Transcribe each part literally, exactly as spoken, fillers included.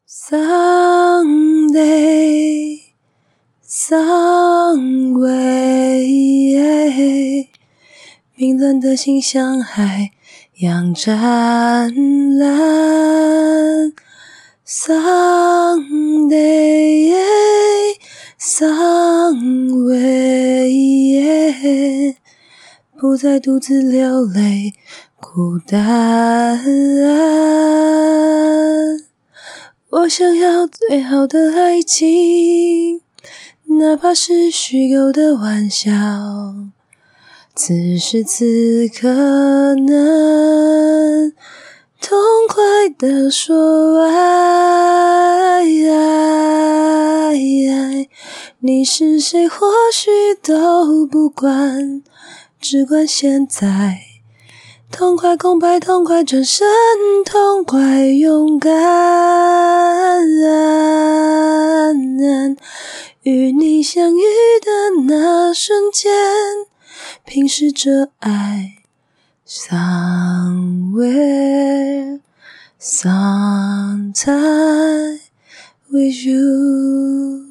Someday, some way， 冰冷的心像海洋湛蓝。Someday, some way， 不再独自流泪孤单。我想要最好的爱情，哪怕是虚构的玩笑，此时此刻能痛快地说爱爱爱，你是谁或许都不管，只管现在痛快空白，痛快转身，痛快勇敢。与你相遇的那瞬间，平视着爱 Somewhere, sometime with you。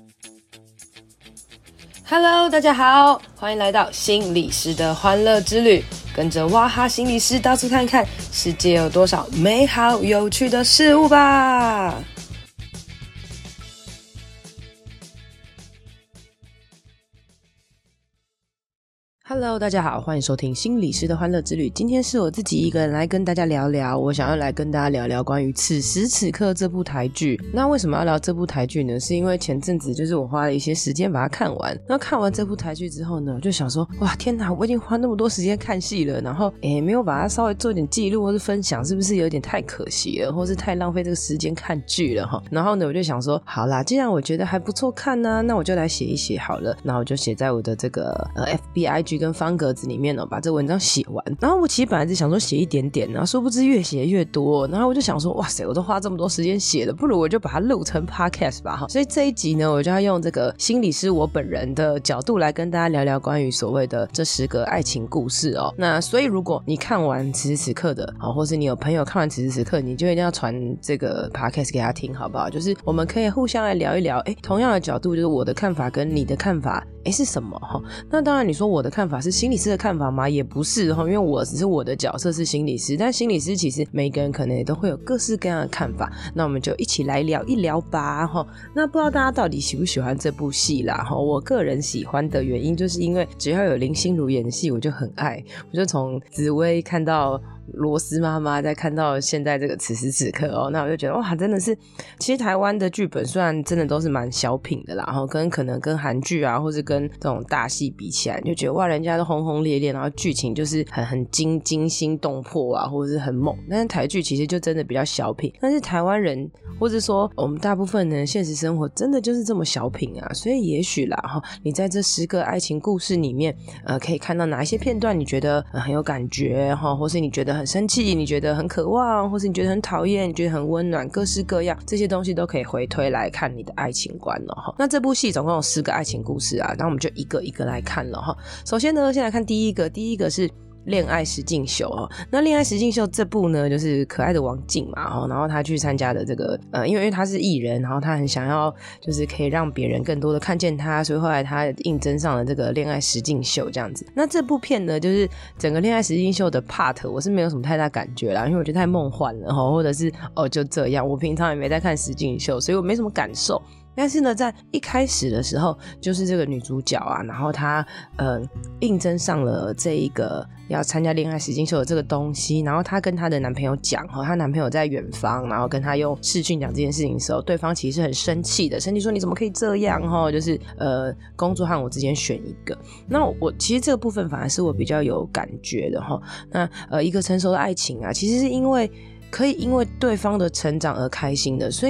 Hello， 大家好，欢迎来到心理师的欢乐之旅，跟着哇哈心理师到处看看世界有多少美好有趣的事物吧。Hello， 大家好，欢迎收听心理师的欢乐之旅。今天是我自己一个人来跟大家聊聊，我想要来跟大家聊聊关于此时此刻这部台剧。那为什么要聊这部台剧呢？是因为前阵子就是我花了一些时间把它看完。那看完这部台剧之后呢，我就想说，哇天哪，我已经花那么多时间看戏了，然后诶没有把它稍微做一点记录或是分享，是不是有点太可惜了，或是太浪费这个时间看剧了齁。然后呢我就想说，好啦，既然我觉得还不错看啊，那我就来写一写好了。那我就写在我的这个呃 F B I G跟方格子里面哦，把这个文章写完。然后我其实本来是想说写一点点，然后殊不知越写越多，然后我就想说，哇塞，我都花这么多时间写了，不如我就把它录成 podcast 吧。所以这一集呢，我就要用这个心理师我本人的角度来跟大家聊聊关于所谓的这十个爱情故事哦。那所以如果你看完此时此刻的，或是你有朋友看完此时此刻，你就一定要传这个 podcast 给他听，好不好？就是我们可以互相来聊一聊，诶，同样的角度，就是我的看法跟你的看法诶是什么。那当然你说我的看法是心理师的看法吗？也不是，因为我只是我的角色是心理师，但心理师其实每个人可能也都会有各式各样的看法。那我们就一起来聊一聊吧。那不知道大家到底喜不喜欢这部戏啦。我个人喜欢的原因就是因为只要有林心如演戏我就很爱，我就从紫薇看到罗斯妈妈，再看到现在这个此时此刻哦，那我就觉得哇，真的是，其实台湾的剧本虽然真的都是蛮小品的啦，然后跟可能跟韩剧啊，或是跟这种大戏比起来，你就觉得哇，人家都轰轰烈烈，然后剧情就是很很惊惊心动魄啊，或者是很猛。但是台剧其实就真的比较小品，但是台湾人或者说我们大部分人现实生活真的就是这么小品啊，所以也许啦，你在这十个爱情故事里面，呃，可以看到哪一些片段你觉得、呃、很有感觉，或是你觉得很生气，你觉得很渴望，或是你觉得很讨厌，你觉得很温暖，各式各样这些东西都可以回推来看你的爱情观了。那这部戏总共有十个爱情故事啊，那我们就一个一个来看了。首先呢，先来看第一个，第一个是恋爱实境秀哦。那恋爱实境秀这部呢，就是可爱的王静嘛，然后他去参加的这个呃，因为因为他是艺人，然后他很想要就是可以让别人更多的看见他，所以后来他应征上了这个恋爱实境秀这样子。那这部片呢，就是整个恋爱实境秀的 part 我是没有什么太大感觉啦，因为我觉得太梦幻了，或者是哦就这样，我平常也没在看实境秀，所以我没什么感受。但是呢，在一开始的时候，就是这个女主角啊，然后她呃应征上了这一个要参加恋爱实境秀的这个东西，然后她跟她的男朋友讲，她男朋友在远方，然后跟她用视讯讲这件事情的时候，对方其实是很生气的，生气说你怎么可以这样，就是呃工作和我之间选一个。那我其实这个部分反而是我比较有感觉的。那呃一个成熟的爱情啊，其实是因为可以因为对方的成长而开心的，所以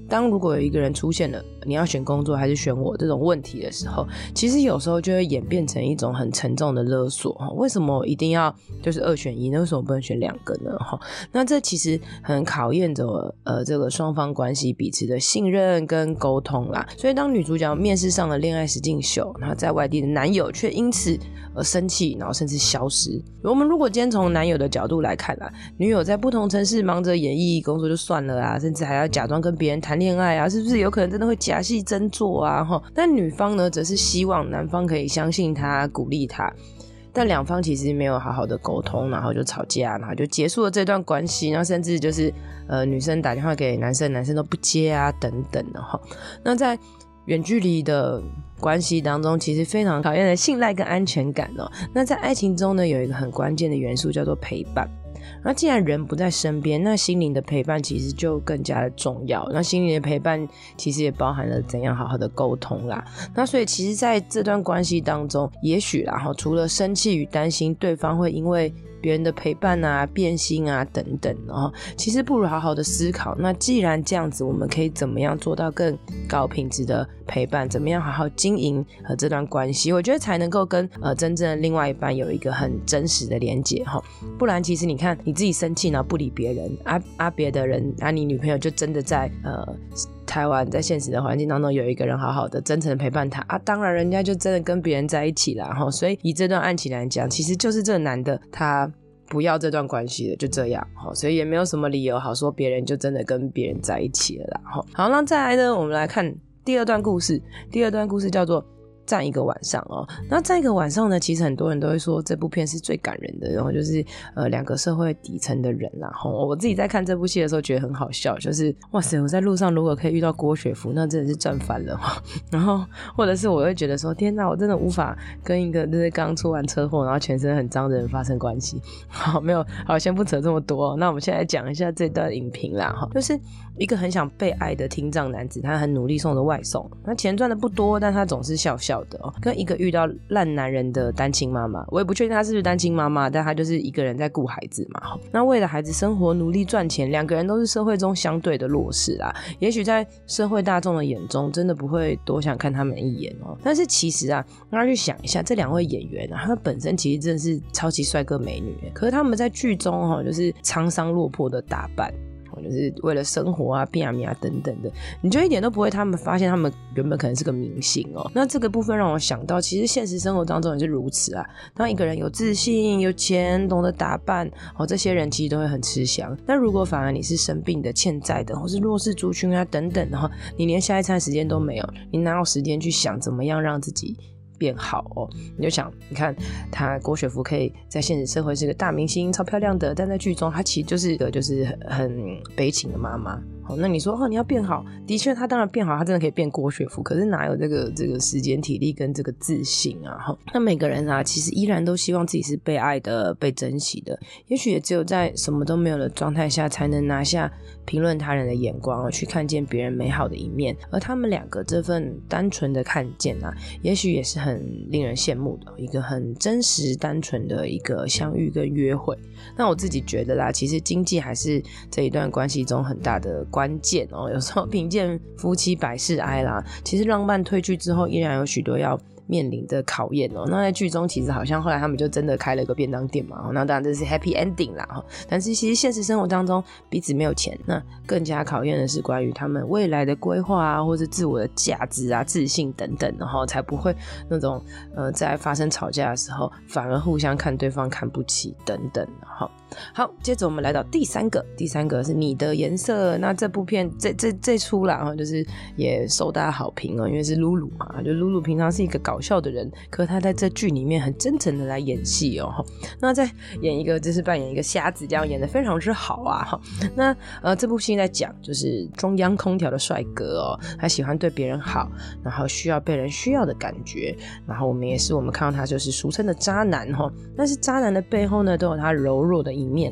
当如果有一个人出现了你要选工作还是选我这种问题的时候，其实有时候就会演变成一种很沉重的勒索。为什么一定要就是二选一呢？为什么不能选两个呢？那这其实很考验着呃这个双方关系彼此的信任跟沟通啦。所以当女主角面试上了恋爱实境秀，那在外地的男友却因此而生气，然后甚至消失。我们如果今天从男友的角度来看啦，女友在不同城市忙着演艺工作就算了啊，甚至还要假装跟别人谈恋爱啊，是不是有可能真的会假戏真做啊？但女方呢则是希望男方可以相信她，鼓励她。但两方其实没有好好的沟通，然后就吵架，然后就结束了这段关系，然后甚至就是呃女生打电话给男生，男生都不接啊等等的哈。那在远距离的关系当中，其实非常考验的信赖跟安全感哦。那在爱情中呢，有一个很关键的元素叫做陪伴。那既然人不在身边，那心灵的陪伴其实就更加的重要。那心灵的陪伴其实也包含了怎样好好的沟通啦。那所以其实在这段关系当中，也许啦，除了生气与担心对方会因为别人的陪伴啊变心啊等等，然后其实不如好好的思考，那既然这样子，我们可以怎么样做到更高品质的陪伴，怎么样好好经营呃这段关系，我觉得才能够跟呃真正的另外一半有一个很真实的连结齁。不然其实你看你自己生气然后不理别人啊啊别的人啊你女朋友就真的在呃台湾在现实的环境当中有一个人好好的真诚的陪伴他啊，当然人家就真的跟别人在一起啦齁。所以以这段案情来讲，其实就是这个男的他不要这段关系了，就这样齁，所以也没有什么理由好说别人就真的跟别人在一起了啦齁。好，那再来呢，我们来看第二段故事。第二段故事叫做站一个晚上哦。那站一个晚上呢，其实很多人都会说这部片是最感人的，然后就是呃两个社会底层的人啦齁。我自己在看这部戏的时候觉得很好笑，就是哇塞，我在路上如果可以遇到郭雪芙，那真的是赚翻了齁。然后或者是我会觉得说，天哪，我真的无法跟一个就是刚出完车祸然后全身很脏的人发生关系。好，没有，好，先不扯这么多哦。那我们现在讲一下这段影评啦齁。就是一个很想被爱的听障男子，他很努力送的外送，那钱赚的不多，但他总是笑笑的哦。跟一个遇到烂男人的单亲妈妈，我也不确定他是不是单亲妈妈，但他就是一个人在顾孩子嘛。那为了孩子生活努力赚钱，两个人都是社会中相对的弱势啦。也许在社会大众的眼中，真的不会多想看他们一眼哦。但是其实啊，大家去想一下，这两位演员啊，他们本身其实真的是超级帅哥美女，可是他们在剧中哦，就是沧桑落魄的打扮。就是为了生活啊、变啊、等等的，你就一点都不会他们发现他们原本可能是个明星哦。那这个部分让我想到，其实现实生活当中也是如此啊。当一个人有自信、有钱、懂得打扮哦，这些人其实都会很吃香。但如果反而你是生病的、欠债的，或是弱势族群啊等等的，你连下一餐时间都没有，你哪有时间去想怎么样让自己变好哦？你就想，你看她郭雪芙可以在现实社会是个大明星，超漂亮的，但在剧中她其实就是一个就是很悲情的妈妈。好，那你说哦，你要变好，的确她当然变好，她真的可以变郭雪芙，可是哪有这个这个时间、体力跟这个自信啊？哈，那每个人啊，其实依然都希望自己是被爱的、被珍惜的。也许也只有在什么都没有的状态下，才能拿下评论他人的眼光，去看见别人美好的一面。而他们两个这份单纯的看见啊，也许也是很令人羡慕的，一个很真实、单纯的一个相遇跟约会。那我自己觉得啦，其实经济还是这一段关系中很大的关键哦。有时候贫贱夫妻百事哀啦，其实浪漫褪去之后，依然有许多要面临的考验哦。那在剧中其实好像后来他们就真的开了个便当店嘛，那当然这是 happy ending 啦。但是其实现实生活当中彼此没有钱，那更加考验的是关于他们未来的规划啊，或是自我的价值啊、自信等等，然后才不会那种呃在发生吵架的时候反而互相看对方看不起等等。好，好，接着我们来到第三个，第三个是你的颜色。那这部片这这这出啦，就是也受大家好评哦，因为是露露嘛，就露露平常是一个搞笑的人，可是他在这剧里面很真诚的来演戏哦。那在演一个就是扮演一个瞎子，这样演得非常之好啊。那呃这部戏在讲就是中央空调的帅哥哦，他喜欢对别人好，然后需要被人需要的感觉，然后我们也是我们看到他就是俗称的渣男齁。但是渣男的背后呢，都有他柔弱的一面啦。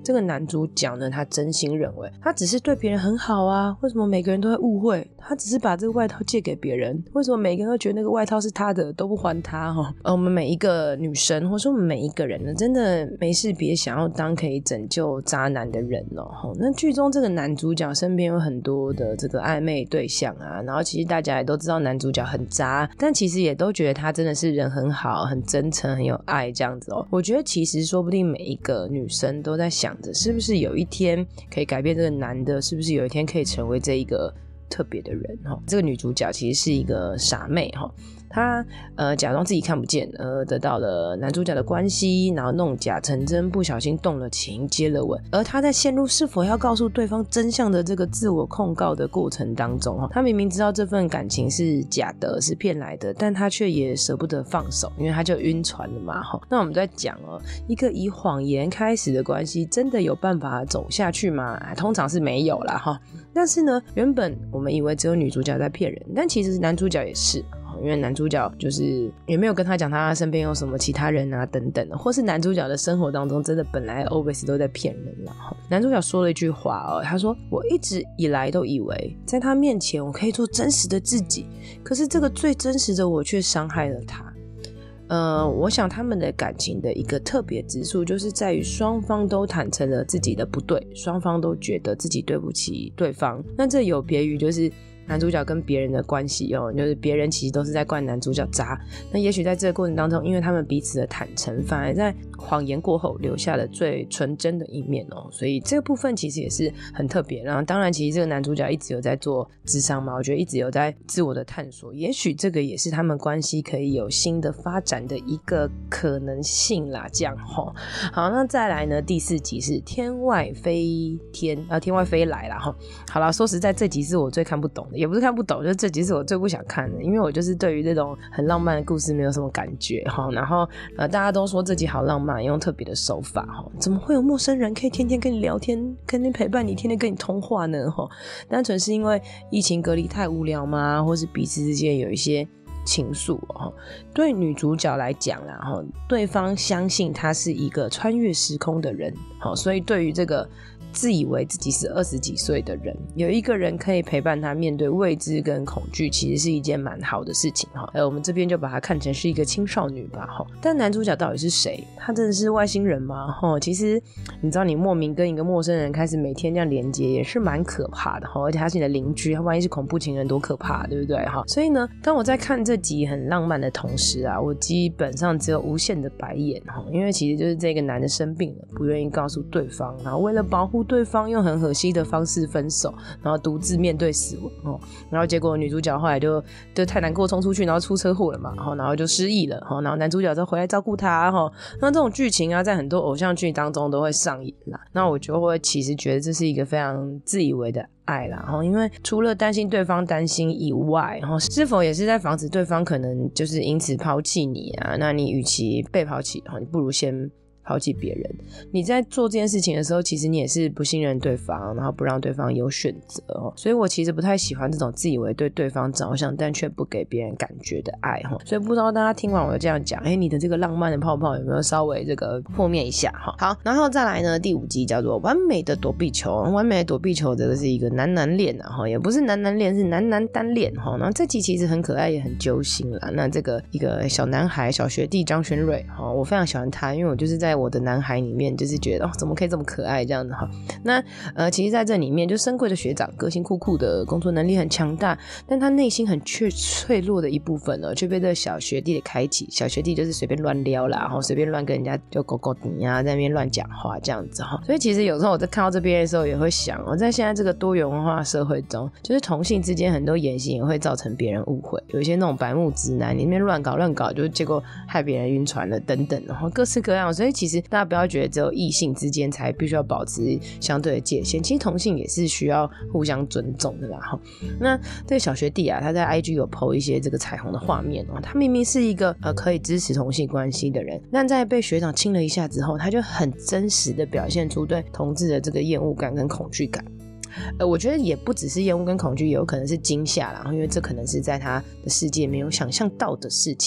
这个男主角呢，他真心认为他只是对别人很好啊，为什么每个人都会误会？他只是把这个外套借给别人，为什么每个人都觉得那个外套是他的，都不还他哦？呃，我们每一个女生，或者说我们每一个人呢，真的没事别想要当可以拯救渣男的人哦。那剧中这个男主角身边有很多的这个暧昧对象啊，然后其实大家也都知道男主角很渣，但其实也都觉得他真的是人很好，很真诚，很有爱这样子哦。我觉得其实说不定每一个女生都在想着，是不是有一天可以改变这个男的，是不是有一天可以成为这一个特别的人。这个女主角其实是一个傻妹，她呃假装自己看不见，而得到了男主角的关系，然后弄假成真，不小心动了情，接了吻。而她在陷入是否要告诉对方真相的这个自我控告的过程当中，她明明知道这份感情是假的，是骗来的，但她却也舍不得放手，因为她就晕船了嘛。那我们在讲哦，一个以谎言开始的关系，真的有办法走下去吗？通常是没有啦哈。但是呢，原本我们以为只有女主角在骗人，但其实男主角也是，因为男主角就是也没有跟他讲他身边有什么其他人啊等等的，或是男主角的生活当中真的本来 always 都在骗人啦。男主角说了一句话哦，他说我一直以来都以为在他面前我可以做真实的自己，可是这个最真实的我却伤害了他。呃，我想他们的感情的一个特别之处就是在于双方都坦诚了自己的不对，双方都觉得自己对不起对方。那这有别于就是男主角跟别人的关系哦，就是别人其实都是在怪男主角渣，那也许在这个过程当中，因为他们彼此的坦诚，反而在谎言过后留下了最纯真的一面哦，所以这个部分其实也是很特别。然后当然其实这个男主角一直有在做諮商嘛，我觉得一直有在自我的探索，也许这个也是他们关系可以有新的发展的一个可能性啦，这样齁。好，那再来呢，第四集是天外飞天啊，天外飞来啦齁。好啦，说实在这集是我最看不懂的，也不是看不懂，就是这集是我最不想看的，因为我就是对于这种很浪漫的故事没有什么感觉齁。然后呃，大家都说这集好浪漫，用特别的手法齁，怎么会有陌生人可以天天跟你聊天，天天陪伴你，天天跟你通话呢齁？单纯是因为疫情隔离太无聊吗？或是彼此之间有一些情愫哦。对女主角来讲啦，对方相信她是一个穿越时空的人，所以对于这个自以为自己是二十几岁的人，有一个人可以陪伴他面对未知跟恐惧，其实是一件蛮好的事情哈。呃，我们这边就把它看成是一个青少女吧哈。但男主角到底是谁？他真的是外星人吗？哈，其实你知道，你莫名跟一个陌生人开始每天这样连接，也是蛮可怕的哈。而且他是你的邻居，他万一是恐怖情人，多可怕，对不对哈？所以呢，当我在看这集很浪漫的同时啊，我基本上只有无限的白眼哈，因为其实就是这个男的生病了，不愿意告诉对方，然后为了保护对方用很可惜的方式分手，然后独自面对死亡、哦、然后结果女主角后来就就太难过冲出去，然后出车祸了嘛、哦、然后就失忆了、哦、然后男主角就回来照顾她、哦、那这种剧情啊在很多偶像剧当中都会上演啦。那我就会其实觉得这是一个非常自以为的爱啦，因为除了担心对方担心以外，是否也是在防止对方可能就是因此抛弃你啊？那你与其被抛弃，你不如先抛弃别人。你在做这件事情的时候，其实你也是不信任对方，然后不让对方有选择、哦、所以我其实不太喜欢这种自以为对对方着想但却不给别人感觉的爱、哦、所以不知道大家听完我这样讲，诶，你的这个浪漫的泡泡有没有稍微这个破灭一下、哦、好，然后再来呢，第五集叫做完美的躲避球。完美的躲避球这个是一个男男恋啊、哦、也不是男男恋，是男男单恋、哦、然后这集其实很可爱也很揪心啦。那这个一个小男孩小学弟张轩瑞、哦、我非常喜欢他，因为我就是在我的男孩里面就是觉得哦，怎么可以这么可爱这样的哈。那呃，其实在这里面就深贵的学长，个性酷酷的，工作能力很强大，但他内心很却脆弱的一部分呢，却被这个小学弟的开启。小学弟就是随便乱撩啦，然后随便乱跟人家就狗狗顶啊，在那边乱讲话这样子哈。所以其实有时候我在看到这边的时候，也会想哦，在现在这个多元文化社会中，就是同性之间很多言行也会造成别人误会，有一些那种白目直男，你那边乱搞乱搞，就结果害别人晕船了等等，然后各式各样。所以其实大家不要觉得只有异性之间才必须要保持相对的界限，其实同性也是需要互相尊重的啦。那这个小学弟啊，他在 I G 有 po 一些这个彩虹的画面哦，他明明是一个呃可以支持同性关系的人，但在被学长亲了一下之后，他就很真实的表现出对同志的这个厌恶感跟恐惧感。呃，我觉得也不只是厌恶跟恐惧，也有可能是惊吓啦，因为这可能是在他的世界没有想象到的事情。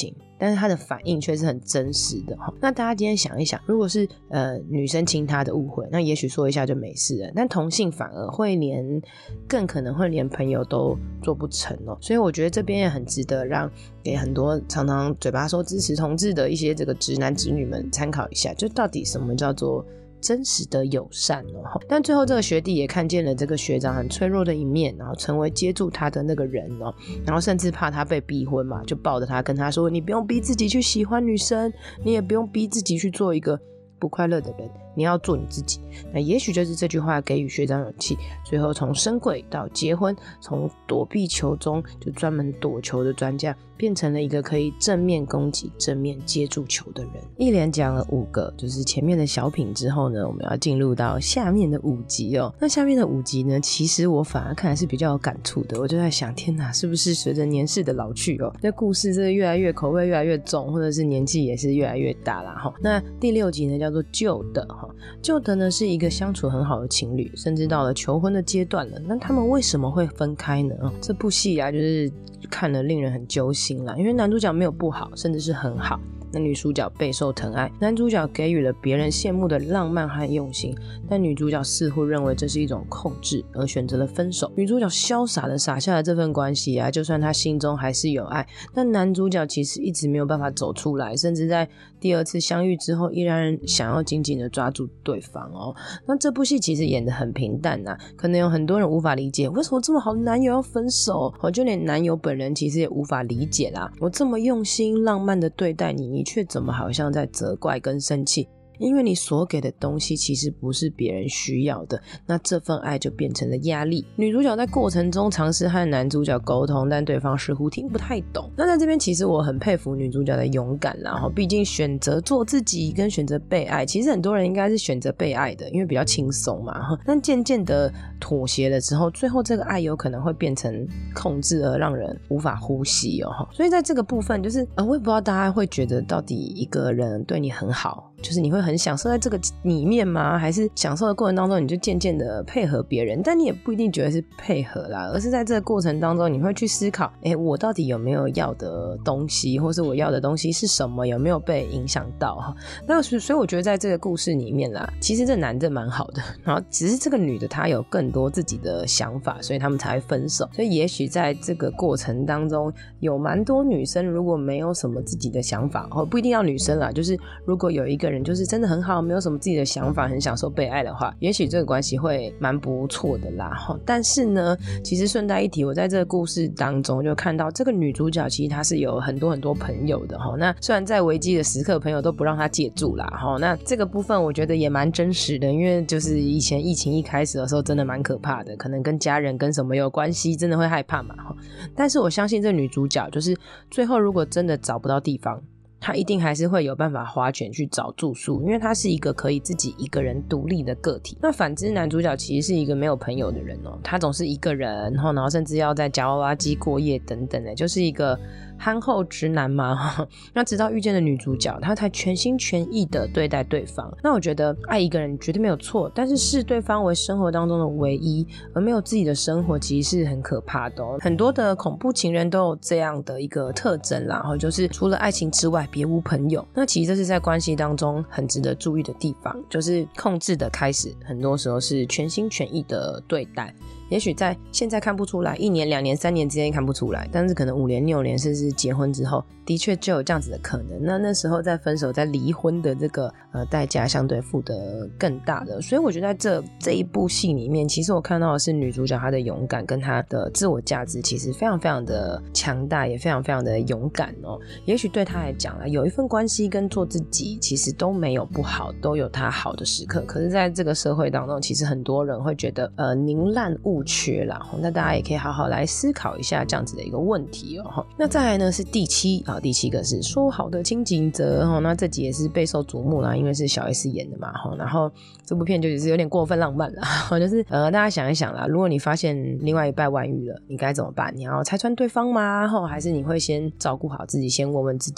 但是他的反应却是很真实的。那大家今天想一想，如果是呃女生亲他的误会，那也许说一下就没事了，但同性反而会连更可能会连朋友都做不成哦。所以我觉得这边也很值得让给很多常常嘴巴说支持同志的一些这个直男直女们参考一下，就到底什么叫做真实的友善哦。但最后这个学弟也看见了这个学长很脆弱的一面，然后成为接住他的那个人哦，然后甚至怕他被逼婚嘛，就抱着他跟他说，你不用逼自己去喜欢女生，你也不用逼自己去做一个不快乐的人，你要做你自己。那也许就是这句话给予学长勇气，最后从深柜到结婚，从躲避球中就专门躲球的专家，变成了一个可以正面攻击正面接住球的人。一连讲了五个就是前面的小品之后呢，我们要进入到下面的五集哦。那下面的五集呢，其实我反而看来是比较有感触的。我就在想，天哪，是不是随着年事的老去哦，这故事这越来越口味越来越重，或者是年纪也是越来越大啦齁。那第六集呢叫做旧的齁，旧的呢是一个相处很好的情侣，甚至到了求婚的阶段了，那他们为什么会分开呢？哦、这部戏啊就是看了令人很揪心啦，因为男主角没有不好，甚至是很好，那女主角备受疼爱，男主角给予了别人羡慕的浪漫和用心，但女主角似乎认为这是一种控制，而选择了分手。女主角潇洒的撒下了这份关系啊，就算她心中还是有爱，但男主角其实一直没有办法走出来，甚至在第二次相遇之后依然想要紧紧的抓住对方哦。那这部戏其实演得很平淡啊，可能有很多人无法理解为什么这么好的男友要分手，我就连男友本人其实也无法理解啦，我这么用心浪漫的对待你，你却怎么好像在责怪跟生气，因为你所给的东西其实不是别人需要的，那这份爱就变成了压力。女主角在过程中尝试和男主角沟通，但对方似乎听不太懂。那在这边其实我很佩服女主角的勇敢啦，毕竟选择做自己跟选择被爱，其实很多人应该是选择被爱的，因为比较轻松嘛，但渐渐的妥协了之后，最后这个爱有可能会变成控制而让人无法呼吸哦。所以在这个部分就是呃，我也不知道大家会觉得到底一个人对你很好，就是你会很享受在这个里面吗？还是享受的过程当中你就渐渐的配合别人？但你也不一定觉得是配合啦，而是在这个过程当中你会去思考，诶，我到底有没有要的东西，或是我要的东西是什么，有没有被影响到。那所以我觉得在这个故事里面啦，其实这男的蛮好的，然后只是这个女的她有更多自己的想法，所以他们才会分手。所以也许在这个过程当中有蛮多女生如果没有什么自己的想法，或不一定要女生啦，就是如果有一个人就是真的很好，没有什么自己的想法，很享受被爱的话，也许这个关系会蛮不错的啦。但是呢，其实顺带一提，我在这个故事当中就看到这个女主角其实她是有很多很多朋友的，那虽然在危机的时刻朋友都不让她借住啦，那这个部分我觉得也蛮真实的，因为就是以前疫情一开始的时候真的蛮可怕的，可能跟家人跟什么有关系，真的会害怕嘛。但是我相信这女主角就是最后如果真的找不到地方，他一定还是会有办法花钱去找住宿，因为他是一个可以自己一个人独立的个体。那反之男主角其实是一个没有朋友的人哦，他总是一个人，然后然后甚至要在夹娃娃机过夜等等的，就是一个憨厚直男嘛。那直到遇见了女主角，他才全心全意的对待对方。那我觉得爱一个人绝对没有错，但是视对方为生活当中的唯一，而没有自己的生活，其实是很可怕的哦。很多的恐怖情人都有这样的一个特征啦，就是除了爱情之外别无朋友。那其实这是在关系当中很值得注意的地方，就是控制的开始很多时候是全心全意的对待。也许在现在看不出来，一年两年三年之间看不出来，但是可能五年六年甚至结婚之后的确就有这样子的可能。那那时候在分手在离婚的这个呃代价相对付得更大的。所以我觉得在这这一部戏里面，其实我看到的是女主角她的勇敢跟她的自我价值其实非常非常的强大，也非常非常的勇敢哦。也许对她来讲啦，有一份关系跟做自己其实都没有不好，都有她好的时刻。可是在这个社会当中，其实很多人会觉得呃宁滥勿缺啦，那大家也可以好好来思考一下这样子的一个问题哦。那再来呢是第七啊，第七个是说好的清景泽，那这集也是备受瞩目啦，因为是小 S 演的嘛，然后这部片就是有点过分浪漫啦，就是呃大家想一想啦，如果你发现另外一半外遇了，你该怎么办？你要拆穿对方吗？还是你会先照顾好自己，先问问自己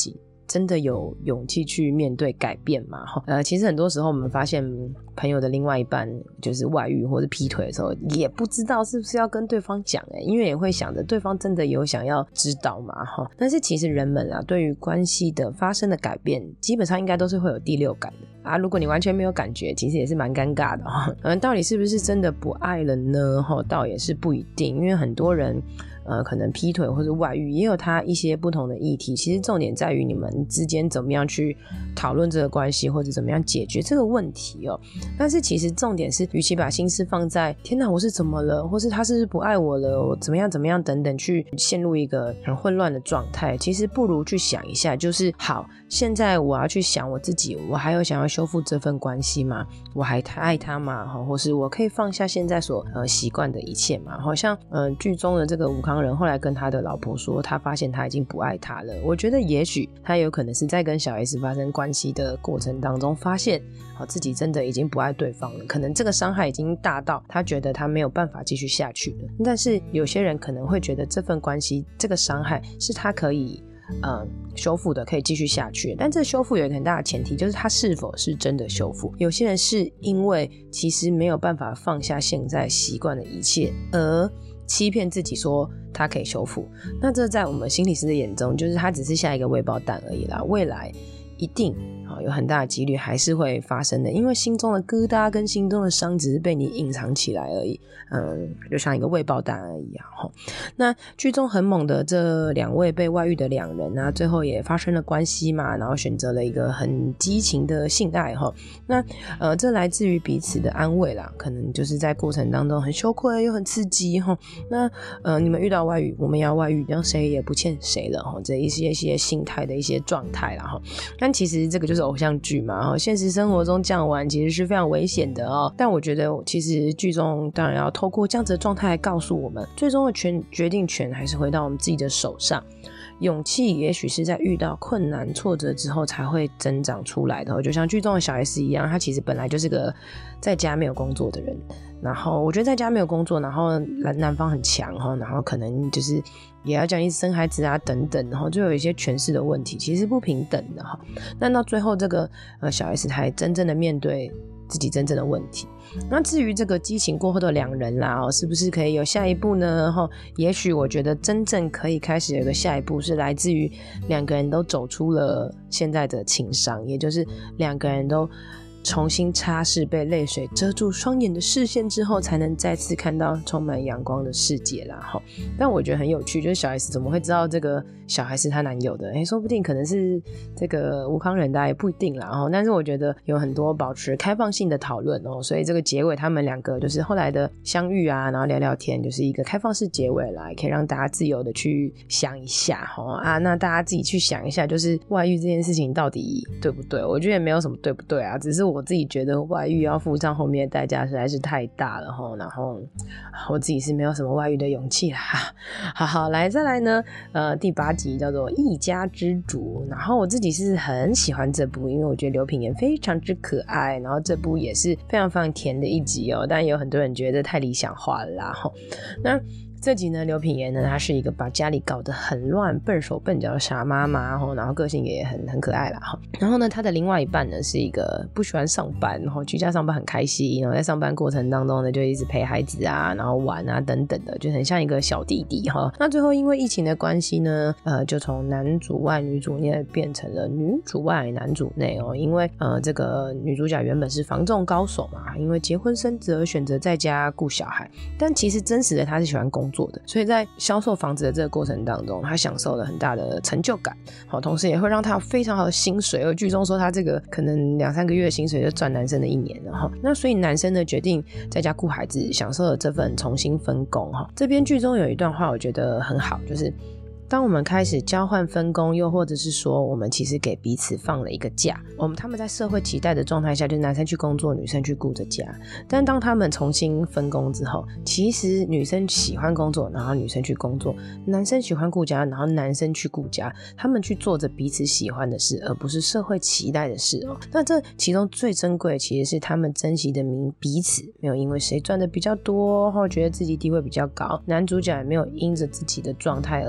真的有勇气去面对改变嘛？呃，其实很多时候我们发现朋友的另外一半就是外遇或是劈腿的时候，也不知道是不是要跟对方讲欸，因为也会想着对方真的有想要知道嘛。但是其实人们啊，对于关系的发生的改变，基本上应该都是会有第六感的啊。如果你完全没有感觉，其实也是蛮尴尬的哈。嗯，到底是不是真的不爱了呢？倒也是不一定，因为很多人呃，可能劈腿或者外遇也有他一些不同的议题，其实重点在于你们之间怎么样去讨论这个关系，或者怎么样解决这个问题哦。但是其实重点是，与其把心思放在天哪我是怎么了，或是他是不是不爱我了，我怎么样怎么样等等，去陷入一个很混乱的状态，其实不如去想一下，就是好，现在我要去想我自己，我还有想要修复这份关系吗？我还爱他吗？或是我可以放下现在所呃习惯的一切吗？好像呃剧中的这个吴康仁后来跟他的老婆说，他发现他已经不爱他了。我觉得也许他有可能是在跟小 S 发生关系的过程当中，发现好自己真的已经不爱对方了，可能这个伤害已经大到他觉得他没有办法继续下去了。但是有些人可能会觉得这份关系这个伤害是他可以呃修复的，可以继续下去，但这修复有一个很大的前提，就是他是否是真的修复。有些人是因为其实没有办法放下现在习惯的一切，而欺骗自己说他可以修复，那这在我们心理师的眼中，就是他只是下一个未爆弹而已啦，未来一定有很大的几率还是会发生的，因为心中的疙瘩跟心中的伤只是被你隐藏起来而已，嗯，就像一个未爆弹而已啊。那剧中很猛的这两位被外遇的两人啊，最后也发生了关系嘛，然后选择了一个很激情的性爱哈。那呃，这来自于彼此的安慰啦，可能就是在过程当中很羞愧又很刺激哈。那呃，你们遇到外遇，我们也要外遇，让谁也不欠谁了哈，这一些一些心态的一些状态啦哈。但其实这个就是偶像剧嘛，现实生活中这样玩其实是非常危险的哦。但我觉得其实剧中当然要透过这样子的状态来告诉我们，最终的权决定权还是回到我们自己的手上。勇气也许是在遇到困难挫折之后才会增长出来的，就像剧中的小 S 一样，他其实本来就是个在家没有工作的人，然后我觉得在家没有工作，然后男方很强，然后可能就是也要这样一直生孩子啊等等，然后就有一些权势的问题，其实不平等的哈。那到最后这个呃小 S 才真正的面对自己真正的问题。那至于这个激情过后的两人啦、哦、是不是可以有下一步呢？哦、也许我觉得真正可以开始有一个下一步是来自于两个人都走出了现在的情伤，也就是两个人都重新擦拭被泪水遮住双眼的视线之后，才能再次看到充满阳光的世界啦。但我觉得很有趣，就是小 S 怎么会知道这个小孩是她男友的？诶说不定可能是这个吴康仁的，也不一定啦。但是我觉得有很多保持开放性的讨论哦，所以这个结尾他们两个就是后来的相遇啊，然后聊聊天，就是一个开放式结尾啦，可以让大家自由的去想一下啊。那大家自己去想一下，就是外遇这件事情到底对不对？我觉得也没有什么对不对啊，只是我我自己觉得外遇要付上后面的代价实在是太大了齁，然后我自己是没有什么外遇的勇气啦。好好来再来呢，呃，第八集叫做一家之主，然后我自己是很喜欢这部，因为我觉得刘品言非常之可爱，然后这部也是非常非常甜的一集哦，但有很多人觉得太理想化了啦齁。那这集呢，刘品言呢，她是一个把家里搞得很乱、笨手笨脚的傻妈妈，然后个性也很很可爱啦。然后呢，她的另外一半呢是一个不喜欢上班，然后居家上班很开心，然后在上班过程当中呢就一直陪孩子啊，然后玩啊等等的，就很像一个小弟弟哈。那最后因为疫情的关系呢，呃，就从男主外女主内变成了女主外男主内哦，因为呃这个女主角原本是房仲高手嘛，因为结婚生子而选择在家顾小孩，但其实真实的她是喜欢工作的，所以在销售房子的这个过程当中，他享受了很大的成就感，好，同时也会让他有非常好的薪水，而剧中说他这个可能两三个月的薪水就赚男生的一年了哈。那所以男生呢决定在家顾孩子，享受了这份重新分工哈。这边剧中有一段话我觉得很好，就是当我们开始交换分工，又或者是说我们其实给彼此放了一个假，我们他们在社会期待的状态下，就是男生去工作，女生去顾着家。但当他们重新分工之后，其实女生喜欢工作，然后女生去工作，男生喜欢顾家，然后男生去顾家，他们去做着彼此喜欢的事，而不是社会期待的事哦。那这其中最珍贵的其实是他们珍惜的彼此，没有因为谁赚的比较多，或觉得自己地位比较高，男主角也没有因着自己的状态而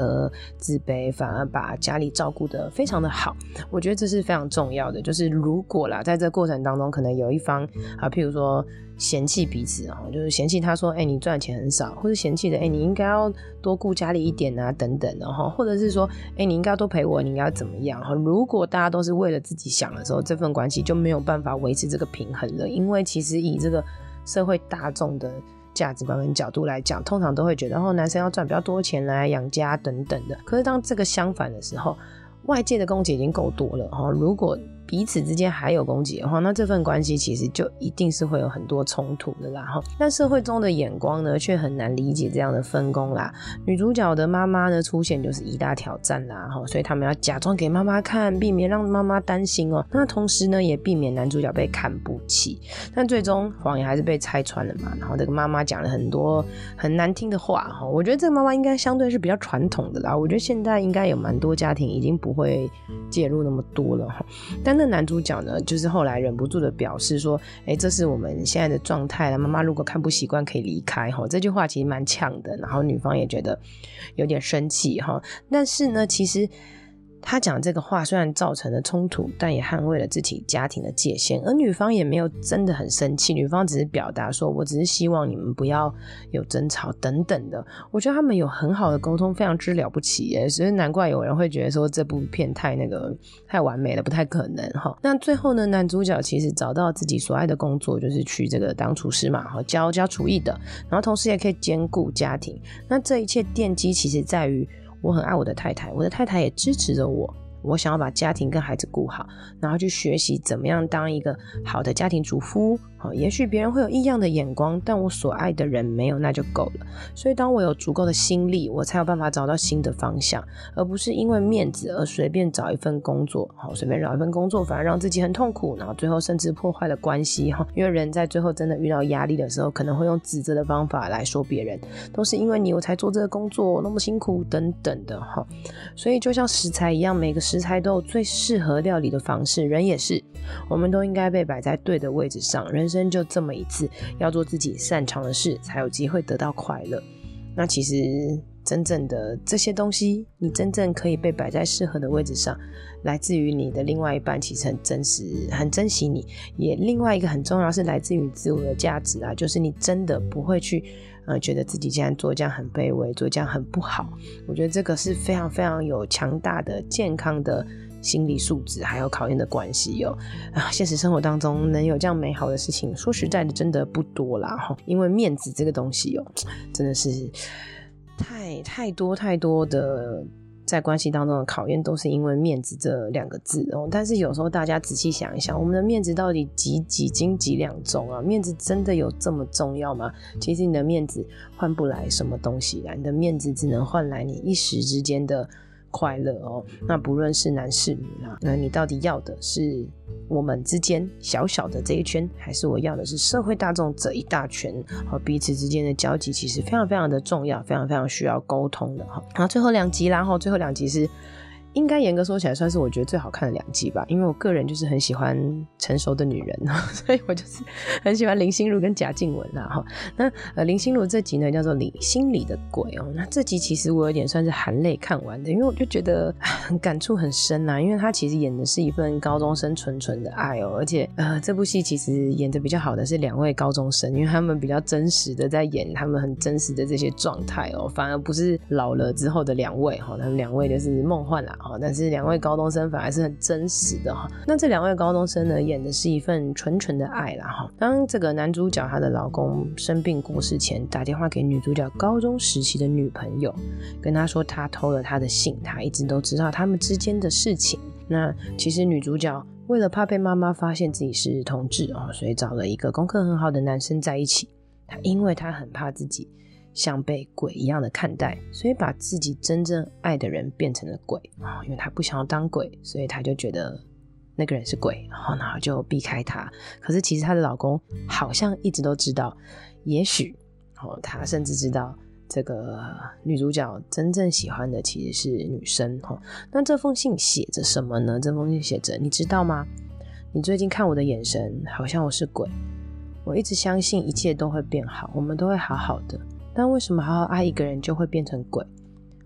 自卑，反而把家里照顾得非常的好。我觉得这是非常重要的，就是如果啦，在这个过程当中，可能有一方啊，譬如说嫌弃彼此啊，就是嫌弃他说，哎、欸，你赚的钱很少，或者嫌弃的，哎、欸，你应该要多顾家里一点啊，等等的哈，或者是说，哎、欸，你应该要多陪我，你应该要怎么样哈？如果大家都是为了自己想的时候，这份关系就没有办法维持这个平衡了，因为其实以这个社会大众的价值观跟角度来讲，通常都会觉得哦，男生要赚比较多钱来养家等等的。可是当这个相反的时候，外界的攻击已经够多了哈，如果彼此之间还有攻击的话，那这份关系其实就一定是会有很多冲突的啦哈。但社会中的眼光呢，却很难理解这样的分工啦。女主角的妈妈呢出现就是一大挑战啦哈，所以他们要假装给妈妈看，避免让妈妈担心哦。那同时呢，也避免男主角被看不起。但最终谎言还是被拆穿了嘛。然后这个妈妈讲了很多很难听的话哈。我觉得这个妈妈应该相对是比较传统的啦。我觉得现在应该有蛮多家庭已经不会介入那么多了哈。但那男主角呢，就是后来忍不住的表示说，哎，这是我们现在的状态了，妈妈如果看不习惯可以离开齁。这句话其实蛮呛的，然后女方也觉得有点生气齁。但是呢，其实他讲这个话虽然造成了冲突，但也捍卫了自己家庭的界限，而女方也没有真的很生气，女方只是表达说，我只是希望你们不要有争吵等等的。我觉得他们有很好的沟通，非常之了不起耶，所以难怪有人会觉得说这部片太那个太完美了，不太可能齁。那最后呢，男主角其实找到自己所爱的工作，就是去这个当厨师嘛，教教厨艺的，然后同时也可以兼顾家庭。那这一切奠基其实在于我很爱我的太太，我的太太也支持着我，我想要把家庭跟孩子顾好，然后去学习怎么样当一个好的家庭主妇。也许别人会有异样的眼光，但我所爱的人没有，那就够了。所以当我有足够的心力，我才有办法找到新的方向，而不是因为面子而随便找一份工作，随便找一份工作反而让自己很痛苦，然后最后甚至破坏了关系。因为人在最后真的遇到压力的时候，可能会用指责的方法来说别人，都是因为你我才做这个工作那么辛苦等等的。所以就像食材一样，每个食材都有最适合料理的方式，人也是，我们都应该被摆在对的位置上，人生就这么一次，要做自己擅长的事，才有机会得到快乐。那其实真正的这些东西，你真正可以被摆在适合的位置上，来自于你的另外一半其实很真实，很珍惜你。也另外一个很重要是来自于自我的价值啊，就是你真的不会去呃觉得自己现在做这样很卑微，做这样很不好。我觉得这个是非常非常有强大的健康的心理素质还有考验的关系哦。啊，现实生活当中能有这样美好的事情，说实在的真的不多啦。因为面子这个东西哦，真的是太太多太多的在关系当中的考验都是因为面子这两个字哦。但是有时候大家仔细想一想，我们的面子到底几几斤几两重啊？面子真的有这么重要吗？其实你的面子换不来什么东西啦，你的面子只能换来你一时之间的快乐哦。那不论是男是女啦，那你到底要的是我们之间小小的这一圈，还是我要的是社会大众这一大圈？和彼此之间的交集其实非常非常的重要，非常非常需要沟通的。然后最后两集啦，然后最后两集是应该严格说起来算是我觉得最好看的两集吧，因为我个人就是很喜欢成熟的女人，所以我就是很喜欢林心如跟贾静雯啦。那呃林心如这集呢叫做《心里的鬼》哦，那这集其实我有点算是含泪看完的，因为我就觉得很感触很深啦，因为她其实演的是一份高中生纯纯的爱哦，而且呃这部戏其实演得比较好的是两位高中生，因为他们比较真实的在演他们很真实的这些状态哦，反而不是老了之后的两位哈，他们两位就是梦幻啦。但是两位高中生反而是很真实的。那这两位高中生呢，演的是一份纯纯的爱啦。当这个男主角他的老公生病过世前，打电话给女主角高中时期的女朋友，跟她说他偷了她的信，他一直都知道他们之间的事情。那其实女主角为了怕被妈妈发现自己是同志，所以找了一个功课很好的男生在一起。她因为她很怕自己像被鬼一样的看待，所以把自己真正爱的人变成了鬼。因为她不想要当鬼，所以她就觉得那个人是鬼，然后就避开他。可是其实她的老公好像一直都知道，也许她甚至知道这个女主角真正喜欢的其实是女生。那这封信写着什么呢？这封信写着，你知道吗？你最近看我的眼神好像我是鬼，我一直相信一切都会变好，我们都会好好的，但为什么好好爱一个人就会变成鬼？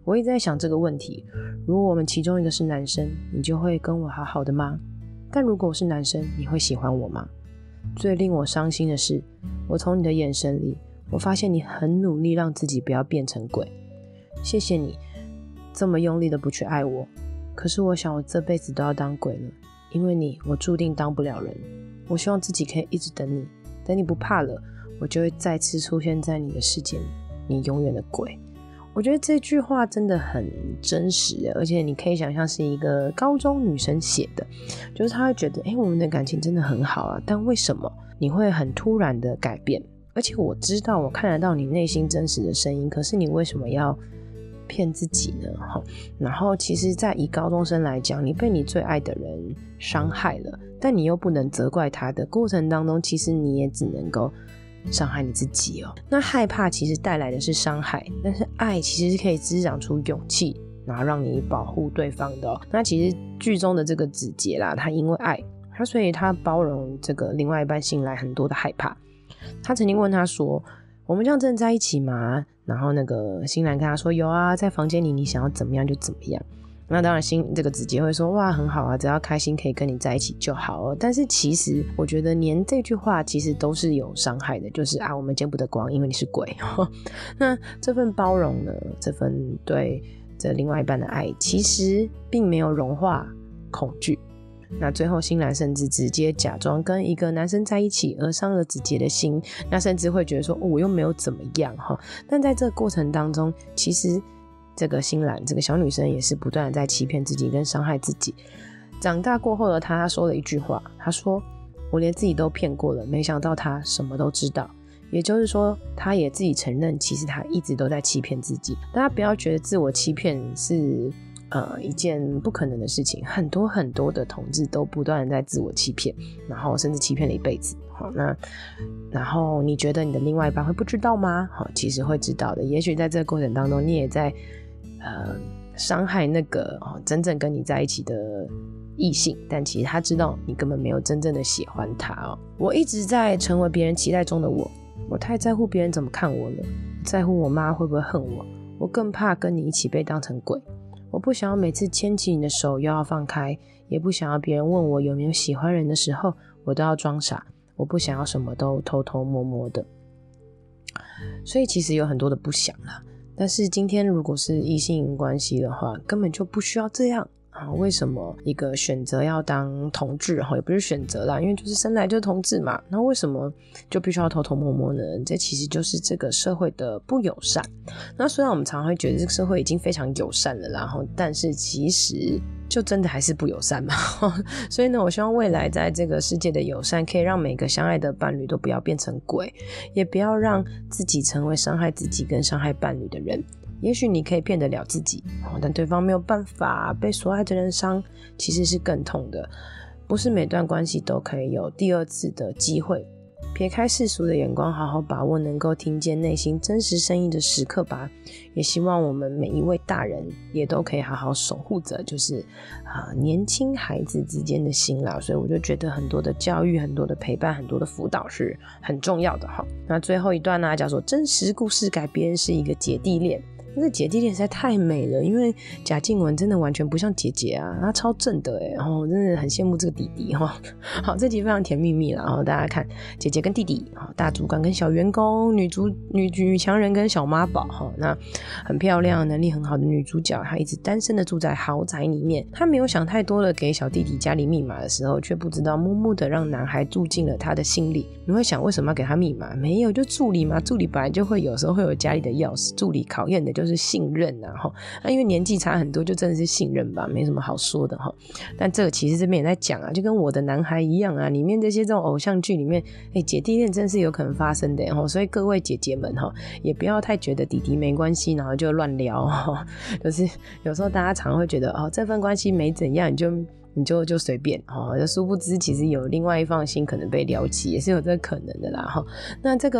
我一直在想这个问题，如果我们其中一个是男生，你就会跟我好好的吗？但如果我是男生，你会喜欢我吗？最令我伤心的是，我从你的眼神里，我发现你很努力让自己不要变成鬼。谢谢你这么用力的不去爱我，可是我想我这辈子都要当鬼了，因为你我注定当不了人。我希望自己可以一直等你，等你不怕了，我就会再次出现在你的世界里，你永远的鬼。我觉得这句话真的很真实，而且你可以想象是一个高中女生写的，就是她会觉得诶我们的感情真的很好啊，但为什么你会很突然的改变？而且我知道我看得到你内心真实的声音，可是你为什么要骗自己呢？然后其实在以高中生来讲，你被你最爱的人伤害了，但你又不能责怪他的过程当中，其实你也只能够伤害你自己哦。那害怕其实带来的是伤害，但是爱其实是可以滋长出勇气，然后让你保护对方的哦。那其实剧中的这个子杰啦，他因为爱他，所以他包容这个另外一半新来很多的害怕。他曾经问他说，我们这样真的在一起吗？然后那个新兰跟他说，有啊，在房间里你想要怎么样就怎么样。那当然新这个子杰会说，哇很好啊，只要开心可以跟你在一起就好了。但是其实我觉得连这句话其实都是有伤害的，就是啊我们见不得光，因为你是鬼。那这份包容呢，这份对这另外一半的爱，其实并没有融化恐惧。那最后新兰甚至直接假装跟一个男生在一起，而伤了子杰的心，那甚至会觉得说、哦、我又没有怎么样。但在这个过程当中，其实这个新兰这个小女生也是不断的在欺骗自己跟伤害自己。长大过后的她，她说了一句话，她说我连自己都骗过了，没想到她什么都知道。也就是说她也自己承认，其实她一直都在欺骗自己。大家不要觉得自我欺骗是呃，一件不可能的事情，很多很多的同志都不断的在自我欺骗，然后甚至欺骗了一辈子。好，那然后你觉得你的另外一半会不知道吗？好，其实会知道的。也许在这个过程当中，你也在呃伤害那个、哦、真正跟你在一起的异性，但其实他知道你根本没有真正的喜欢他哦。我一直在成为别人期待中的我，我太在乎别人怎么看我了，在乎我妈会不会恨我，我更怕跟你一起被当成鬼。我不想要每次牵起你的手又要放开，也不想要别人问我有没有喜欢人的时候我都要装傻，我不想要什么都偷偷摸摸的。所以其实有很多的不想啦，但是今天如果是异性关系的话，根本就不需要这样啊！为什么一个选择要当同志，也不是选择啦，因为就是生来就是同志嘛，那为什么就必须要偷偷摸摸呢？这其实就是这个社会的不友善。那虽然我们常常会觉得这个社会已经非常友善了，然后但是其实就真的还是不友善嘛。所以呢，我希望未来在这个世界的友善可以让每个相爱的伴侣都不要变成鬼，也不要让自己成为伤害自己跟伤害伴侣的人。也许你可以骗得了自己，但对方没有办法，被所爱的人伤其实是更痛的。不是每段关系都可以有第二次的机会，撇开世俗的眼光，好好把握能够听见内心真实声音的时刻吧。也希望我们每一位大人也都可以好好守护着就是呃年轻孩子之间的心啦。所以我就觉得很多的教育，很多的陪伴，很多的辅导是很重要的哈。那最后一段呢，叫做真实故事改编是一个姐弟恋。那个姐弟恋实在太美了，因为贾静雯真的完全不像姐姐啊，她超正的耶，然后我真的很羡慕这个弟弟哈。好，这集非常甜蜜蜜啦，然后大家看姐姐跟弟弟，大主管跟小员工，女主女女强人跟小妈宝哈，那很漂亮、能力很好的女主角，她一直单身的住在豪宅里面，她没有想太多的给小弟弟家里密码的时候，却不知道默默的让男孩住进了他的心里。你会想为什么要给他密码？没有，就助理嘛，助理本来就会有时候会有家里的钥匙，助理考验的就就是信任啊，那因为年纪差很多，就真的是信任吧，没什么好说的哈。但这个其实这边也在讲啊，就跟我的男孩一样啊，里面这些这种偶像剧里面，哎，姐弟恋真是有可能发生的哈。所以各位姐姐们哈，也不要太觉得弟弟没关系，然后就乱聊哈。就是有时候大家常会觉得哦，这份关系没怎样，你就。你就就随便哦，殊不知其实有另外一方心可能被撩起，也是有这个可能的啦哈。那这个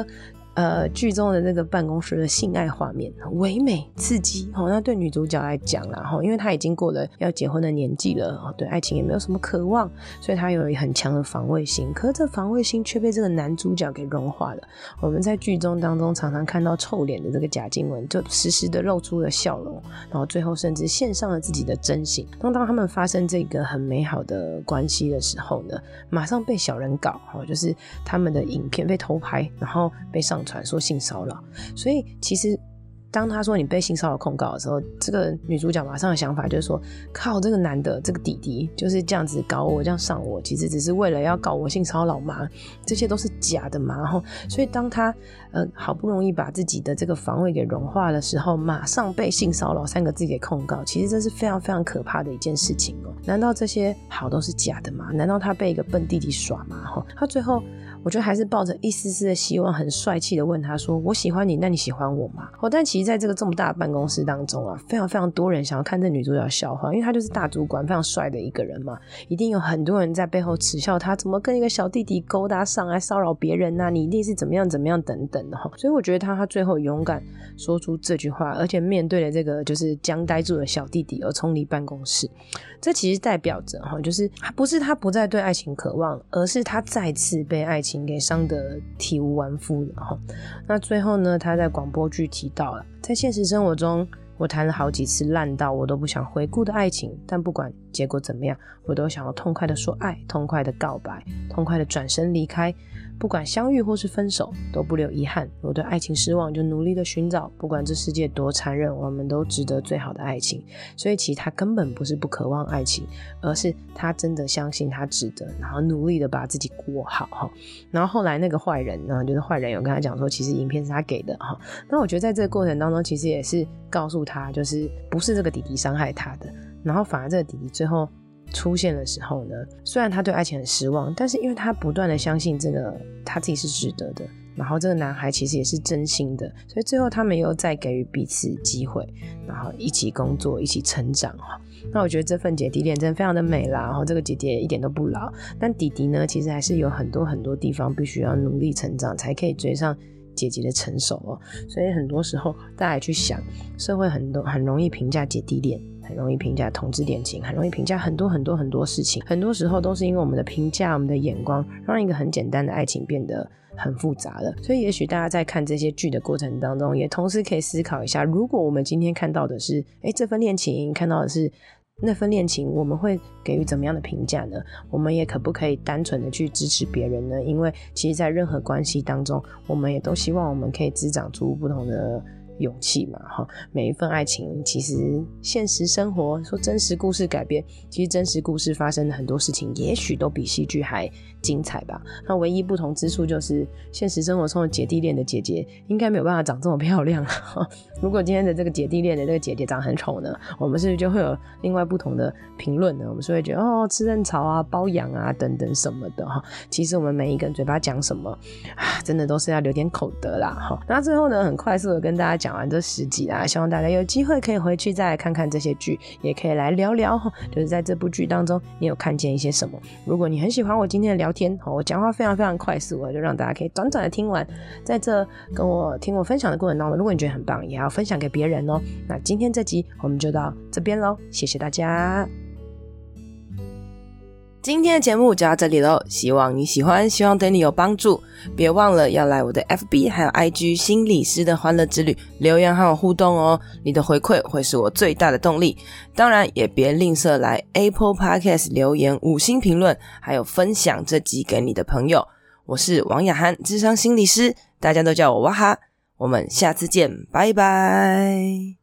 呃剧中的这个办公室的性爱画面唯美刺激、哦、那对女主角来讲啦、哦、因为她已经过了要结婚的年纪了、哦、对爱情也没有什么渴望，所以她有很强的防卫心，可是这防卫心却被这个男主角给融化了。我们在剧中当中常常看到臭脸的这个贾静雯就时时的露出了笑容，然后最后甚至献上了自己的真心。当当他们发生这个很美好的关系的时候呢，马上被小人搞、哦、就是他们的影片被偷拍，然后被上传说性骚扰。所以其实当他说你被性骚扰控告的时候，这个女主角马上的想法就是说，靠，这个男的这个弟弟就是这样子搞我，这样上我，其实只是为了要搞我性骚扰嘛，这些都是假的嘛。所以当他呃好不容易把自己的这个防卫给融化的时候，马上被性骚扰三个字给控告，其实这是非常非常可怕的一件事情哦。难道这些好都是假的吗？难道他被一个笨弟弟耍吗？他最后我觉得还是抱着一丝丝的希望，很帅气的问他说，我喜欢你，那你喜欢我吗？哦，但其实在这个这么大的办公室当中啊，非常非常多人想要看这女主角笑话，因为她就是大主管，非常帅的一个人嘛，一定有很多人在背后耻笑她怎么跟一个小弟弟勾搭上来骚扰别人啊，你一定是怎么样怎么样等等的。所以我觉得她她最后勇敢说出这句话，而且面对了这个就是僵呆住的小弟弟而冲离办公室，这其实代表着就是不是他不再对爱情渴望，而是他再次被爱情给伤得体无完肤了。那最后呢，他在广播剧提到了，在现实生活中我谈了好几次烂到我都不想回顾的爱情，但不管结果怎么样，我都想要痛快的说爱，痛快的告白，痛快的转身离开，不管相遇或是分手都不留遗憾。我对爱情失望就努力的寻找，不管这世界多残忍，我们都值得最好的爱情。所以其实他根本不是不渴望爱情，而是他真的相信他值得，然后努力的把自己过好。然后后来那个坏人呢，就是坏人有跟他讲说其实影片是他给的。那我觉得在这个过程当中其实也是告诉他，就是不是这个弟弟伤害他的，然后反而这个弟弟最后出现的时候呢，虽然他对爱情很失望，但是因为他不断的相信这个他自己是值得的，然后这个男孩其实也是真心的，所以最后他们又再给予彼此机会，然后一起工作，一起成长。那我觉得这份姐弟恋真的非常的美啦，然后这个姐姐一点都不老，但弟弟呢其实还是有很多很多地方必须要努力成长才可以追上姐姐的成熟哦。所以很多时候大家去想，社会很多很容易评价姐弟恋，很容易评价同志恋情，很容易评价很多很多很多事情，很多时候都是因为我们的评价，我们的眼光让一个很简单的爱情变得很复杂了。所以也许大家在看这些剧的过程当中，也同时可以思考一下，如果我们今天看到的是诶这份恋情，看到的是那份恋情，我们会给予怎么样的评价呢？我们也可不可以单纯的去支持别人呢？因为其实在任何关系当中，我们也都希望我们可以滋长出不同的勇气嘛。每一份爱情其实现实生活说真实故事改编，其实真实故事发生的很多事情也许都比戏剧还精彩吧。那唯一不同之处就是现实生活中的姐弟恋的姐姐应该没有办法长这么漂亮。如果今天的这个姐弟恋的这个姐姐长很丑呢，我们是不是就会有另外不同的评论呢？我们是会觉得哦吃嫩草啊包养啊等等什么的。其实我们每一个人嘴巴讲什么啊，真的都是要留点口德啦。那最后呢，很快速的跟大家讲完这十集啦，希望大家有机会可以回去再来看看这些剧，也可以来聊聊就是在这部剧当中你有看见一些什么。如果你很喜欢我今天的聊天，我讲话非常非常快速，就让大家可以短短的听完，在这跟我听我分享的过程当中，如果你觉得很棒，也要分享给别人哦。那今天这集我们就到这边咯，谢谢大家。今天的节目就到这里咯，希望你喜欢，希望对你有帮助。别忘了要来我的 F B 还有 I G 心理师的欢乐之旅留言和我互动哦，你的回馈会是我最大的动力。当然也别吝啬来 Apple Podcast 留言五星评论，还有分享这集给你的朋友。我是王雅涵，諮商心理师，大家都叫我哇哈，我们下次见，拜拜。